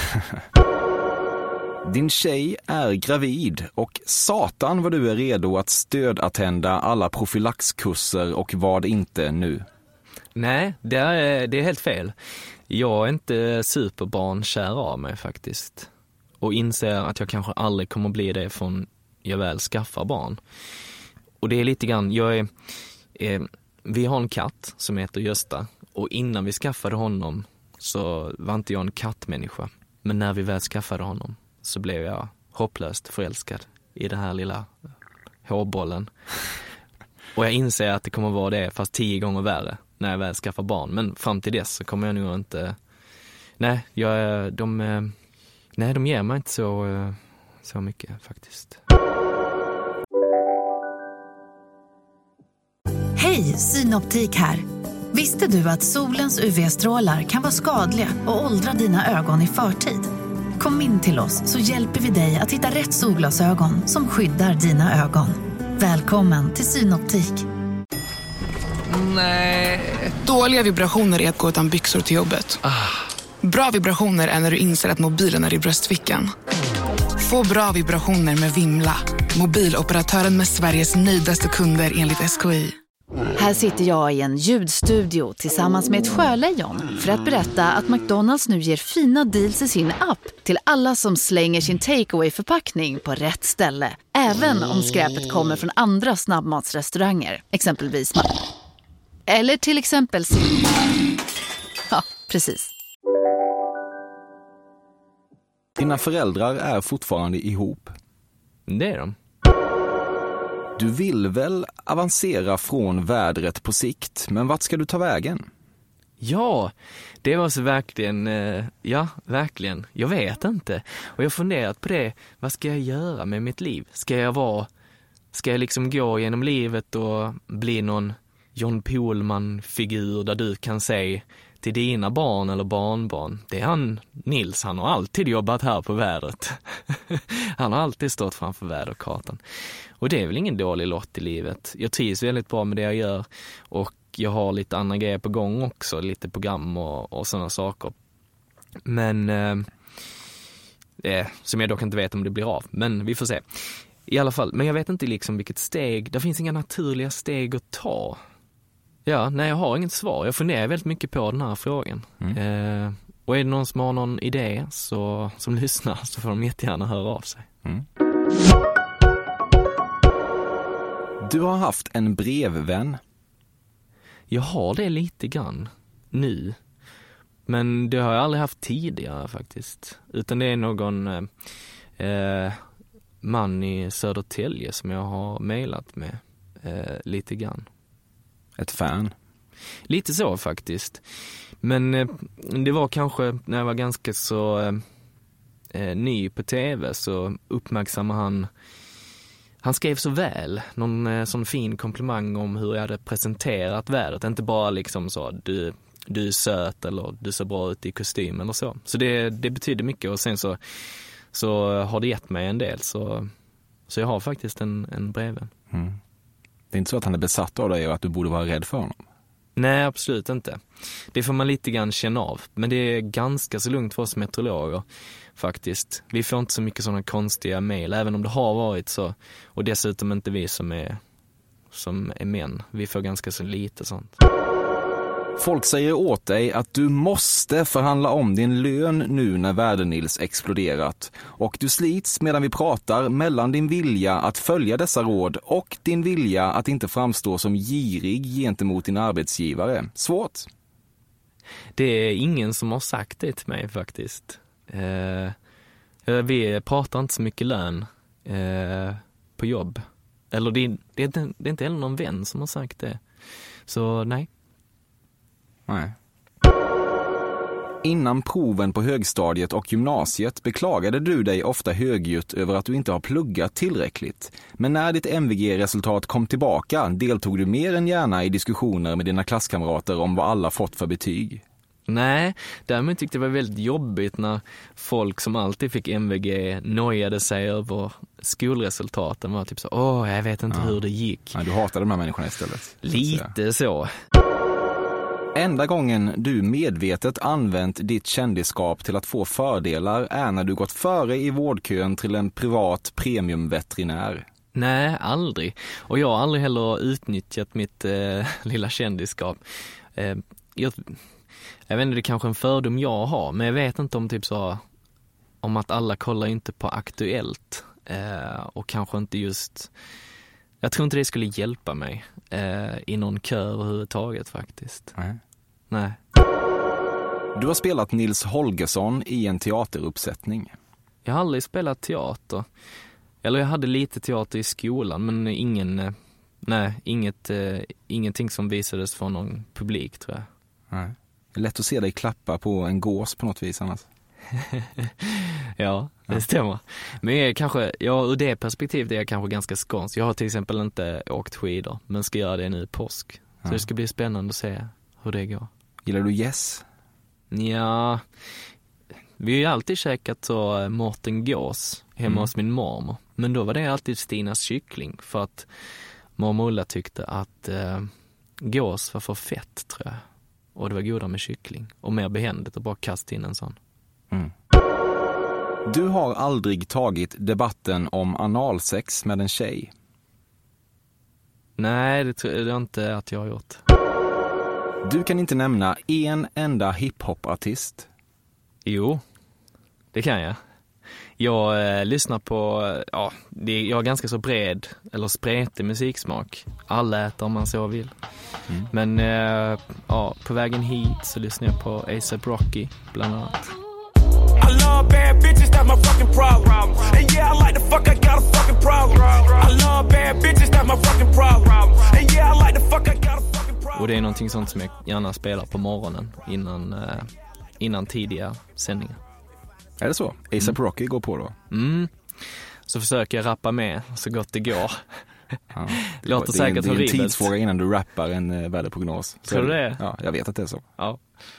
Din tjej är gravid och satan vad du är redo att stödattenda alla profylaxkurser och vad inte nu. Nej, det är, det är helt fel. Jag är inte superbarnkär av mig faktiskt. Och inser att jag kanske aldrig kommer bli det förrän jag väl skaffar barn. Och det är lite grann, jag är, eh, vi har en katt som heter Gösta. Och innan vi skaffade honom så var inte jag en kattmänniska. Men när vi väl skaffade honom så blev jag hopplöst förälskad i den här lilla hårbollen. Och jag inser att det kommer vara det fast tio gånger värre när jag väl skaffar barn. Men fram till dess så kommer jag nog inte... Nej, jag, de, nej, de ger mig inte så, så mycket faktiskt. Hej, Synoptik här. Visste du att solens U V-strålar kan vara skadliga och åldra dina ögon i förtid? Kom in till oss så hjälper vi dig att hitta rätt solglasögon som skyddar dina ögon. Välkommen till Synoptik. Nej. Dåliga vibrationer är att gå utan byxor till jobbet. Bra vibrationer är när du inser att mobilen är i bröstfickan. Få bra vibrationer med Vimla. Mobiloperatören med Sveriges nöjdaste kunder enligt S K I. Här sitter jag i en ljudstudio tillsammans med ett sjölejon för att berätta att McDonalds nu ger fina deals i sin app till alla som slänger sin takeaway-förpackning på rätt ställe. Även om skräpet kommer från andra snabbmatsrestauranger, exempelvis. Eller till exempel... Ja, precis. Dina föräldrar är fortfarande ihop. Det är de. Du vill väl avancera från vädret på sikt, men vart ska du ta vägen? Ja, det var så verkligen, ja, verkligen. Jag vet inte. Och jag har funderat på det. Vad ska jag göra med mitt liv? Ska jag vara, ska jag liksom gå genom livet och bli någon John Pohlman-figur där du kan säga till dina barn eller barnbarn, det är han, Nils, han har alltid jobbat här på vädret. Han har alltid stått framför väderkartan. Och det är väl ingen dålig lott i livet. Jag trivs väldigt bra med det jag gör och jag har lite andra grejer på gång också, lite program och, och sådana saker. Men eh, eh, som jag dock inte vet om det blir av, men vi får se. I alla fall, men jag vet inte liksom vilket steg, det finns inga naturliga steg att ta. Ja, nej, jag har inget svar. Jag funderar väldigt mycket på den här frågan. Mm. Eh, och är det någon som har någon idé så, som lyssnar så får de jättegärna höra av sig. Mm. Du har haft en brevvän. Jag har det lite grann nu. Men det har jag aldrig haft tidigare faktiskt. Utan det är någon eh, man i Södertälje som jag har mejlat med eh, lite grann. Ett fan? Lite så faktiskt. Men eh, det var kanske när jag var ganska så eh, ny på tv så uppmärksammade han han skrev så väl någon eh, sån fin komplimang om hur jag hade presenterat vädret. Inte bara liksom så du, du är söt eller du ser bra ut i kostym eller så. Så det, det betyder mycket och sen så, så har det gett mig en del. Så, så jag har faktiskt en, en brevvän. Mm. Det är inte så att han är besatt av dig och att du borde vara rädd för honom? Nej, absolut inte. Det får man lite grann känna av. Men det är ganska så lugnt för oss meteorologer faktiskt. Vi får inte så mycket sådana konstiga mejl, även om det har varit så. Och dessutom inte vi som är, som är män. Vi får ganska så lite sånt. Folk säger åt dig att du måste förhandla om din lön nu när Väder-Nils exploderat. Och du slits medan vi pratar mellan din vilja att följa dessa råd och din vilja att inte framstå som girig gentemot din arbetsgivare. Svårt. Det är ingen som har sagt det till mig faktiskt. Eh, vi pratar inte så mycket lön eh, på jobb. Eller det, det, är inte, det är inte heller någon vän som har sagt det. Så nej. Nej. Innan proven på högstadiet och gymnasiet beklagade du dig ofta högljutt över att du inte har pluggat tillräckligt. Men när ditt M V G-resultat kom tillbaka deltog du mer än gärna i diskussioner med dina klasskamrater om vad alla fått för betyg. Nej, däremot tyckte det var väldigt jobbigt när folk som alltid fick M V G nojade sig över skolresultaten. Var typ så, åh, jag vet inte ja. hur det gick. Nej, du hatade de här människorna istället. Lite så. Enda gången du medvetet använt ditt kändisskap till att få fördelar är när du gått före i vårdkön till en privat premiumveterinär. Nej, aldrig. Och jag har aldrig heller utnyttjat mitt eh, lilla kändisskap. Eh, jag, jag vet inte, det är kanske en fördom jag har, men jag vet inte om typ så om att alla kollar inte på Aktuellt eh, och kanske inte just... Jag tror inte det skulle hjälpa mig eh, i någon kö överhuvudtaget faktiskt. Nej. Nej. Du har spelat Nils Holgersson i en teateruppsättning. Jag har aldrig spelat teater. Eller jag hade lite teater i skolan, men ingen, nej, inget, eh, ingenting som visades för någon publik, tror jag. Nej. Det är lätt att se dig klappa på en gås på något vis annars. Ja, det stämmer. Men jag är kanske, ja, ur det perspektivet är jag kanske ganska skånsk. Jag har till exempel inte åkt skidor, men ska göra det nu i påsk. Så ja. Det ska bli spännande att se hur det går. Gillar du Yes? Ja, Vi har ju alltid käkat så Mårten Gås hemma mm. hos min mormor. Men då var det alltid Stinas kyckling. För att mormor Ulla tyckte att eh, gås var för fett, tror jag. Och det var godare med kyckling. Och mer behändigt att bara kasta in en sån. Mm. Du har aldrig tagit debatten om analsex med en tjej? Nej, det tror jag inte att jag har gjort. Du kan inte nämna en enda hiphop-artist? Jo, det kan jag. Jag eh, lyssnar på, ja, det, jag har ganska så bred eller spretig musiksmak. Alla äter om man så vill. Mm. Men eh, ja, på vägen hit så lyssnar jag på A$AP Rocky bland annat. I love bad bitches, that's my fucking problem. And yeah, I like the fuck, I got a fucking problem. I love bad bitches, that's my fucking problem. And yeah, I like the fuck, I got a fucking problem. Och det är någonting sånt som jag gärna spelar på morgonen innan, eh, innan tidiga sändningar. Är det så? A$AP mm. Rocky går på då? Mm. Så försöker jag rappa med så gott det går. Ja, det låter det säkert är en, det är en horribelt. tidsfråga innan du rappar en uh, väderprognos. Tror du det? Ja, jag vet att det är så. Ja.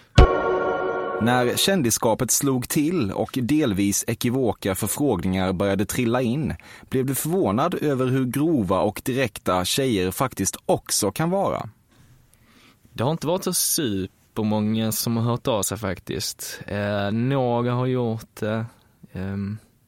När kändisskapet slog till och delvis ekivoka förfrågningar började trilla in, blev du förvånad över hur grova och direkta tjejer faktiskt också kan vara? Det har inte varit så supermånga som har hört av sig faktiskt. Eh, några har gjort det. Eh,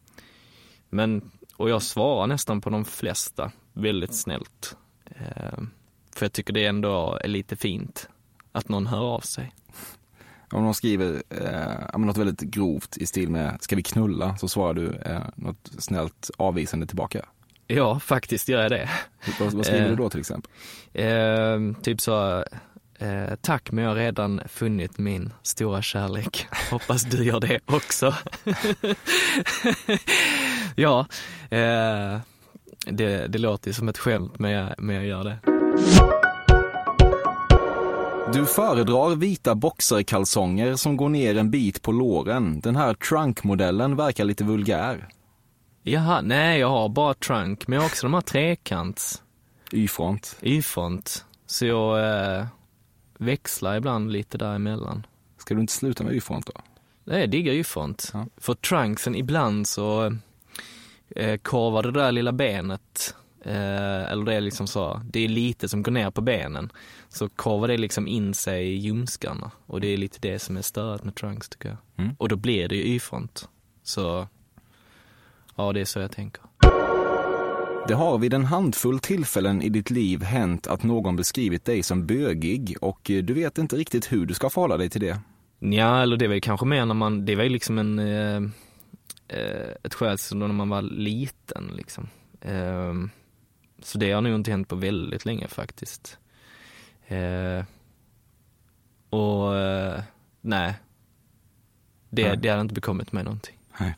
men, och jag svarar nästan på de flesta väldigt snällt. Eh, för jag tycker det ändå är lite fint att någon hör av sig. Om någon skriver eh, något väldigt grovt i stil med ska vi knulla, så svarar du eh, något snällt avvisande tillbaka. Ja, faktiskt gör jag det. Vad, vad skriver eh, du då till exempel? Eh, typ så, eh, tack men jag har redan funnit min stora kärlek. Hoppas du gör det också. Ja, eh, det, det låter som ett skämt men jag, men jag gör det. Du föredrar vita boxerkalsonger som går ner en bit på låren. Den här trunk-modellen verkar lite vulgär. Jaha, nej jag har bara trunk. Men jag har också de här trekants. Y-front. Y-front. Så jag eh, växlar ibland lite däremellan. Ska du inte sluta med Y-front då? Nej, jag diggar Y-front. Ja. För trunksen ibland så eh, korvar det där lilla benet. Eh, eller det är liksom så, det är lite som går ner på benen. Så korvar det liksom in sig i ljumskarna. Och det är lite det som är stört med trunks tycker jag. Mm. Och då blir det ju Y-front. Så ja, det är så jag tänker. Det har vid en handfull tillfällen i ditt liv hänt att någon beskrivit dig som bögig. Och du vet inte riktigt hur du ska förhålla dig till det. Ja, eller det var ju kanske mer när man, det var ju liksom en eh, ett skäl när man var liten liksom. Eh, Så det har nog inte hänt på väldigt länge faktiskt. Eh, och eh, nej, det, nej. det har inte bekommit mig någonting. Nej.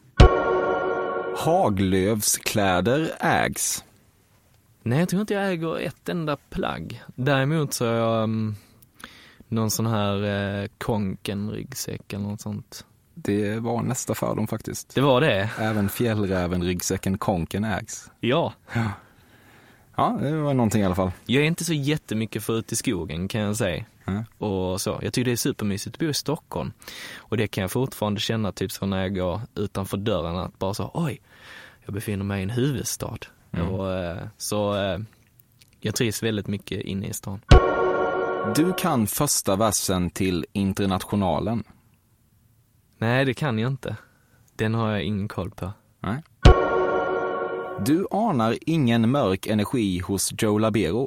Haglövskläder ägs? Nej, jag tror inte jag äger ett enda plagg. Däremot så har jag um, någon sån här eh, konken-ryggsäck eller något sånt. Det var nästa fördom faktiskt. Det var det? Även fjällräven-ryggsäcken konken ägs. Ja. Ja. Ja, det var någonting i alla fall. Jag är inte så jättemycket för ut i skogen kan jag säga. Mm. Och så. Jag tycker det är supermysigt att bo i Stockholm. Och det kan jag fortfarande känna typ så när jag går utanför dörren att bara så, oj, jag befinner mig i en huvudstad. Mm. Och, så jag trivs väldigt mycket inne i stan. Du kan första versen till Internationalen. Nej, det kan jag inte. Den har jag ingen koll på. Nej. Du anar ingen mörk energi hos Joe Labero.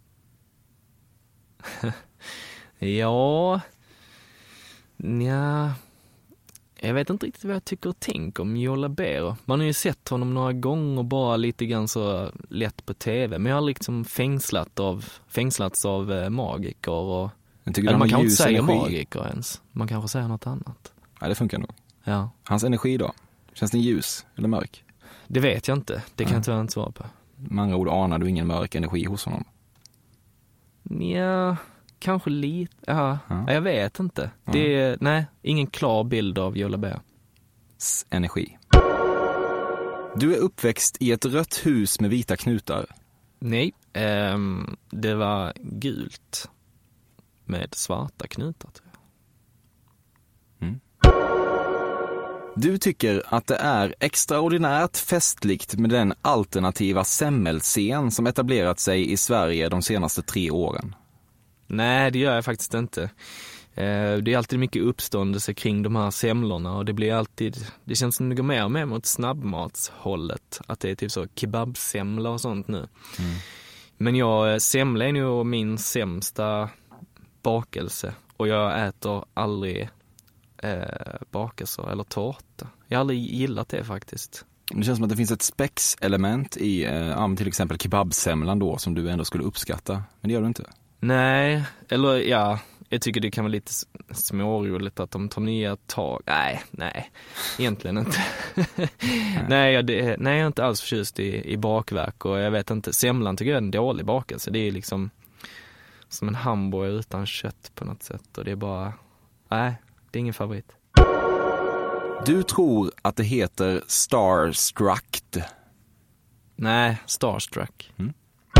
Ja, nja, jag vet inte riktigt vad jag tycker och tänker om Joe Labero. Man har ju sett honom några gånger bara lite grann så lätt på tv. Men jag har liksom fängslat av, fängslats av eh, magiker. Och, eller man kan inte säga energi. Magiker ens. Man kanske säger något annat. Ja, det funkar nog. Ja. Hans energi då? Känns den ljus eller mörk? Det vet jag inte. Det kan ja. jag tyvärr inte svara på. Med andra ord anar du ingen mörk energi hos honom? Ja, kanske lite. Ja, ja. Jag vet inte. Ja. Det är, nej, ingen klar bild av Joe Labero. Energi. Du är uppväxt i ett rött hus med vita knutar. Nej, um, det var gult med svarta knutar tror jag. Mm. Du tycker att det är extraordinärt festligt med den alternativa semmelscen som etablerat sig i Sverige de senaste tre åren. Nej, det gör jag faktiskt inte. Det är alltid mycket uppståndelse kring de här semlorna och det blir alltid, det känns som det går mer och mer mot snabbmatshållet. Att det är typ så kebabsemla och sånt nu. Mm. Men jag, semla är nog min sämsta bakelse och jag äter aldrig eh, bakelser eller tårta. Jag har aldrig gillat det faktiskt. Det känns som att det finns ett spexelement i eh, till exempel kebabsemlan då som du ändå skulle uppskatta. Men det gör du inte. Nej, eller ja, jag tycker det kan vara lite småroligt att de tar nya tag. Nej, nej, egentligen inte. nej, jag, det, nej, jag är inte alls förtjust i, i bakverk och jag vet inte, semlan tycker jag är en dålig bakelse. Det är liksom som en hamburgare utan kött på något sätt och det är bara, nej, det är ingen favorit. Du tror att det heter Starstruck? Nej, Starstruck. Mm.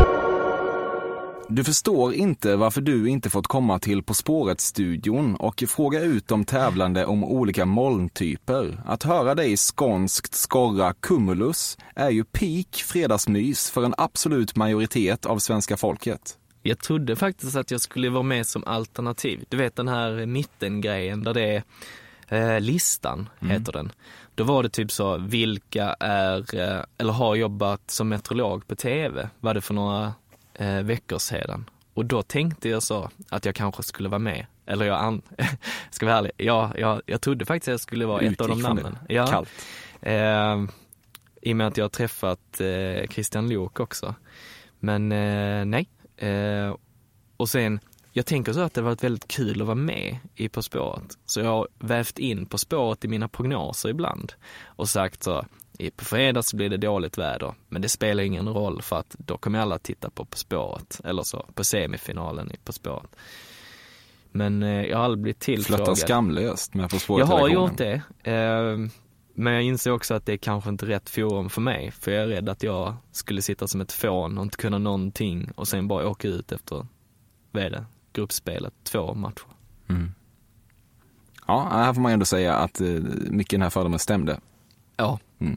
Du förstår inte varför du inte fått komma till På spåret-studion och fråga ut de tävlande om olika molntyper. Att höra dig skånskt skorra cumulus är ju peak fredagsmys för en absolut majoritet av svenska folket. Jag trodde faktiskt att jag skulle vara med som alternativ. Du vet den här mittengrejen där det är eh, listan, mm. heter den. Då var det typ så, vilka är, eh, eller har jobbat som meteorolog på tv? Var det för några eh, veckor sedan? Och då tänkte jag så att jag kanske skulle vara med. Eller jag an- ska vara ärlig, ja, jag, jag trodde faktiskt att jag skulle vara ett av de namnen. Ja. Kallt. Eh, I och med att jag har träffat eh, Christian Lok också. Men eh, nej. Eh, och sen, jag tänker så att det har varit väldigt kul att vara med i På spåret. Så jag har vävt in På spåret i mina prognoser ibland. Och sagt så, på fredag så blir det dåligt väder. Men det spelar ingen roll för att då kommer alla titta på På spåret. Eller så, på semifinalen i På spåret. Men eh, jag har aldrig blivit tillfrågad. Flötta skamlöst med På spåret. Jag har gjort det. Eh, men jag inser också att det är kanske inte rätt forum för mig. För jag är rädd att jag skulle sitta som ett fån och inte kunna någonting. Och sen bara åka ut efter, vad är det, gruppspelet, två matcher. Mm. Ja, här får man ändå säga att mycket i den här fördomen stämde. Ja. Mm.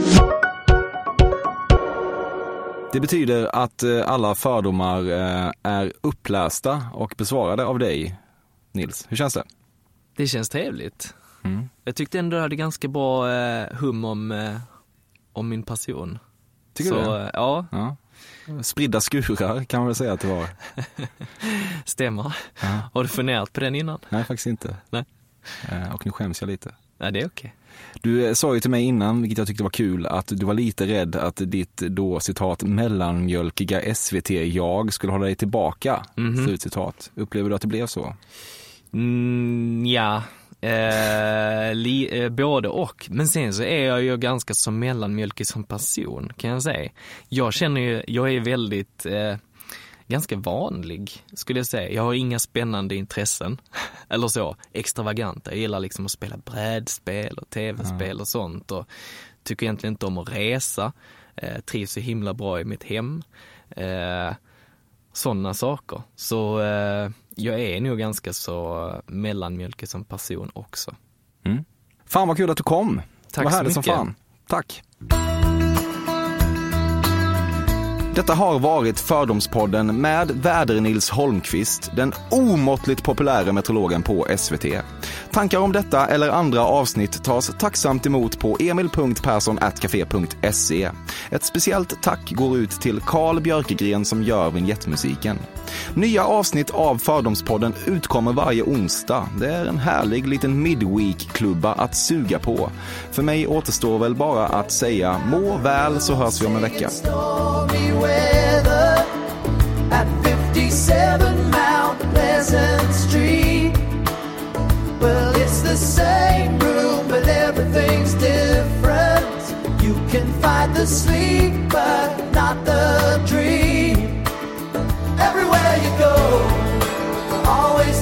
Det betyder att alla fördomar är upplästa och besvarade av dig, Nils. Hur känns det? Det känns trevligt. Mm. Jag tyckte ändå jag hade ganska bra eh, hum om, eh, om min passion. Tycker Så, du det? Eh, ja. ja. Spridda skurar kan man väl säga att det var. Stämmer. Ja. Har du funderat på den innan? Nej, faktiskt inte. Nej. Eh, och nu skäms jag lite. Nej, det är okej. Du sa ju till mig innan, vilket jag tyckte var kul, att du var lite rädd att ditt då citat mellanmjölkiga S V T-jag skulle hålla dig tillbaka. Mm-hmm. Slutcitat. Upplever du att det blev så? Mm, ja. Eh, li, eh, både och. Men sen så är jag ju ganska som mellanmjölkig som person, kan jag säga. Jag känner ju, jag är väldigt eh, ganska vanlig, skulle jag säga. Jag har inga spännande intressen eller så, extravaganta. Jag gillar liksom att spela brädspel och tv-spel mm. och sånt, och tycker egentligen inte om att resa. Eh, trivs så himla bra i mitt hem. Eh, sådana saker. Så eh, jag är nog ganska så mellanmjölkig som person också. Mm. Fan vad kul att du kom. Tack vad så härligt mycket. Som fan. Tack. Detta har varit Fördomspodden med Väder-Nils Holmqvist, den omåttligt populära meteorologen på S V T. Tankar om detta eller andra avsnitt tas tacksamt emot på emil punkt persson at café punkt se. Ett speciellt tack går ut till Carl Björkegren som gör vignettmusiken. Nya avsnitt av Fördomspodden utkommer varje onsdag. Det är en härlig liten midweek-klubba att suga på. För mig återstår väl bara att säga må väl, så hörs vi om en vecka. Weather at fifty-seven Mount Pleasant Street. Well, it's the same room, but everything's different. You can fight the sleep, but not the dream. Everywhere you go, always